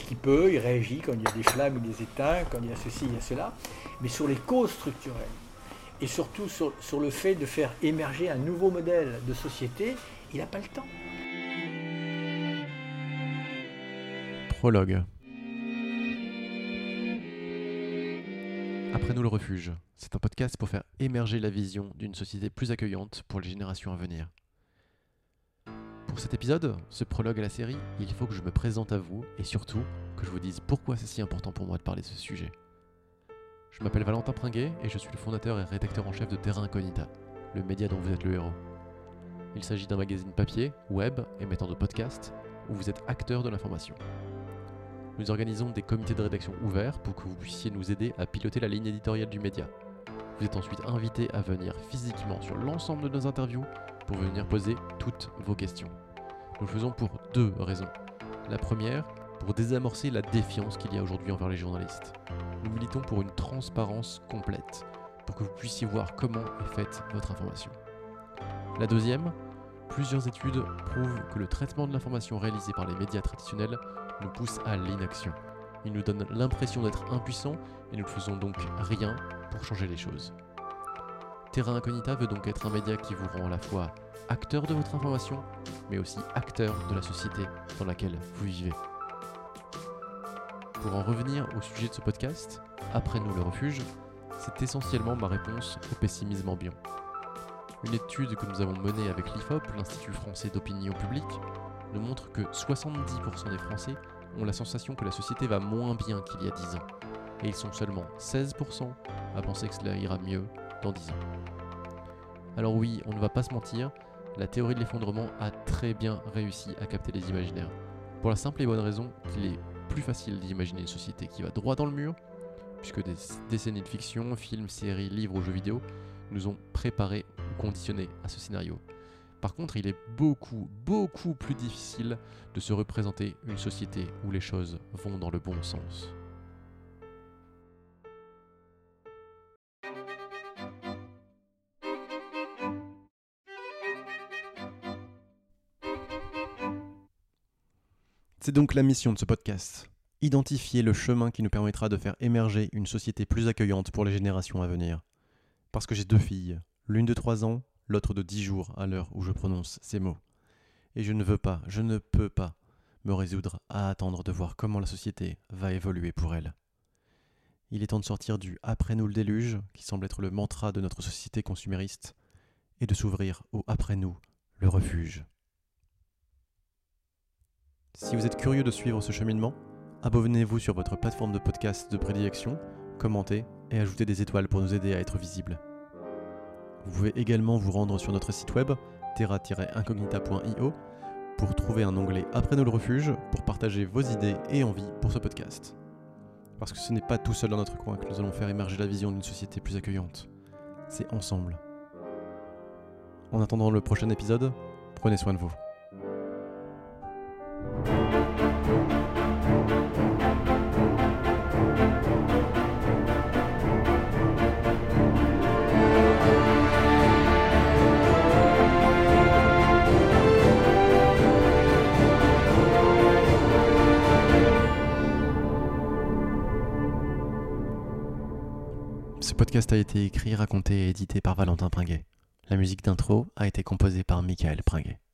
qu'il peut, il réagit quand il y a des flammes, il les éteint, quand il y a ceci, il y a cela. Mais sur les causes structurelles, et surtout sur le fait de faire émerger un nouveau modèle de société, il n'a pas le temps. Prologue. Après nous le refuge, c'est un podcast pour faire émerger la vision d'une société plus accueillante pour les générations à venir. Pour cet épisode, ce prologue à la série, il faut que je me présente à vous et surtout que je vous dise pourquoi c'est si important pour moi de parler de ce sujet. Je m'appelle Valentin Pringuet et je suis le fondateur et rédacteur en chef de Terra Incognita, le média dont vous êtes le héros. Il s'agit d'un magazine papier, web, émetteur de podcasts, où vous êtes acteur de l'information. Nous organisons des comités de rédaction ouverts pour que vous puissiez nous aider à piloter la ligne éditoriale du média. Vous êtes ensuite invité à venir physiquement sur l'ensemble de nos interviews pour venir poser toutes vos questions. Nous le faisons pour deux raisons. La première, pour désamorcer la défiance qu'il y a aujourd'hui envers les journalistes. Nous militons pour une transparence complète, pour que vous puissiez voir comment est faite votre information. La deuxième, plusieurs études prouvent que le traitement de l'information réalisé par les médias traditionnels nous pousse à l'inaction. Il nous donne l'impression d'être impuissants et nous ne faisons donc rien pour changer les choses. Terra Incognita veut donc être un média qui vous rend à la fois acteur de votre information, mais aussi acteur de la société dans laquelle vous vivez. Pour en revenir au sujet de ce podcast, après nous le refuge, c'est essentiellement ma réponse au pessimisme ambiant. Une étude que nous avons menée avec l'IFOP, l'Institut français d'opinion publique, nous montre que 70% des Français ont la sensation que la société va moins bien qu'il y a 10 ans. Et ils sont seulement 16% à penser que cela ira mieux dans 10 ans. Alors oui, on ne va pas se mentir, la théorie de l'effondrement a très bien réussi à capter les imaginaires. Pour la simple et bonne raison qu'il est plus facile d'imaginer une société qui va droit dans le mur, puisque des décennies de fiction, films, séries, livres ou jeux vidéo nous ont préparés ou conditionnés à ce scénario. Par contre, il est beaucoup plus difficile de se représenter une société où les choses vont dans le bon sens. C'est donc la mission de ce podcast. Identifier le chemin qui nous permettra de faire émerger une société plus accueillante pour les générations à venir. Parce que j'ai 2 filles, l'une de 3 ans, l'autre de 10 jours à l'heure où je prononce ces mots. Et je ne peux pas me résoudre à attendre de voir comment la société va évoluer pour elles. Il est temps de sortir du « après nous le déluge » qui semble être le mantra de notre société consumériste et de s'ouvrir au « après nous le refuge ». Si vous êtes curieux de suivre ce cheminement, abonnez-vous sur votre plateforme de podcast de prédilection, commentez et ajoutez des étoiles pour nous aider à être visibles. Vous pouvez également vous rendre sur notre site web terra-incognita.io pour trouver un onglet « Après nous le refuge » pour partager vos idées et envies pour ce podcast. Parce que ce n'est pas tout seul dans notre coin que nous allons faire émerger la vision d'une société plus accueillante. C'est ensemble. En attendant le prochain épisode, prenez soin de vous. Ce podcast a été écrit, raconté et édité par Valentin Pringuet. La musique d'intro a été composée par Michael Pringuet.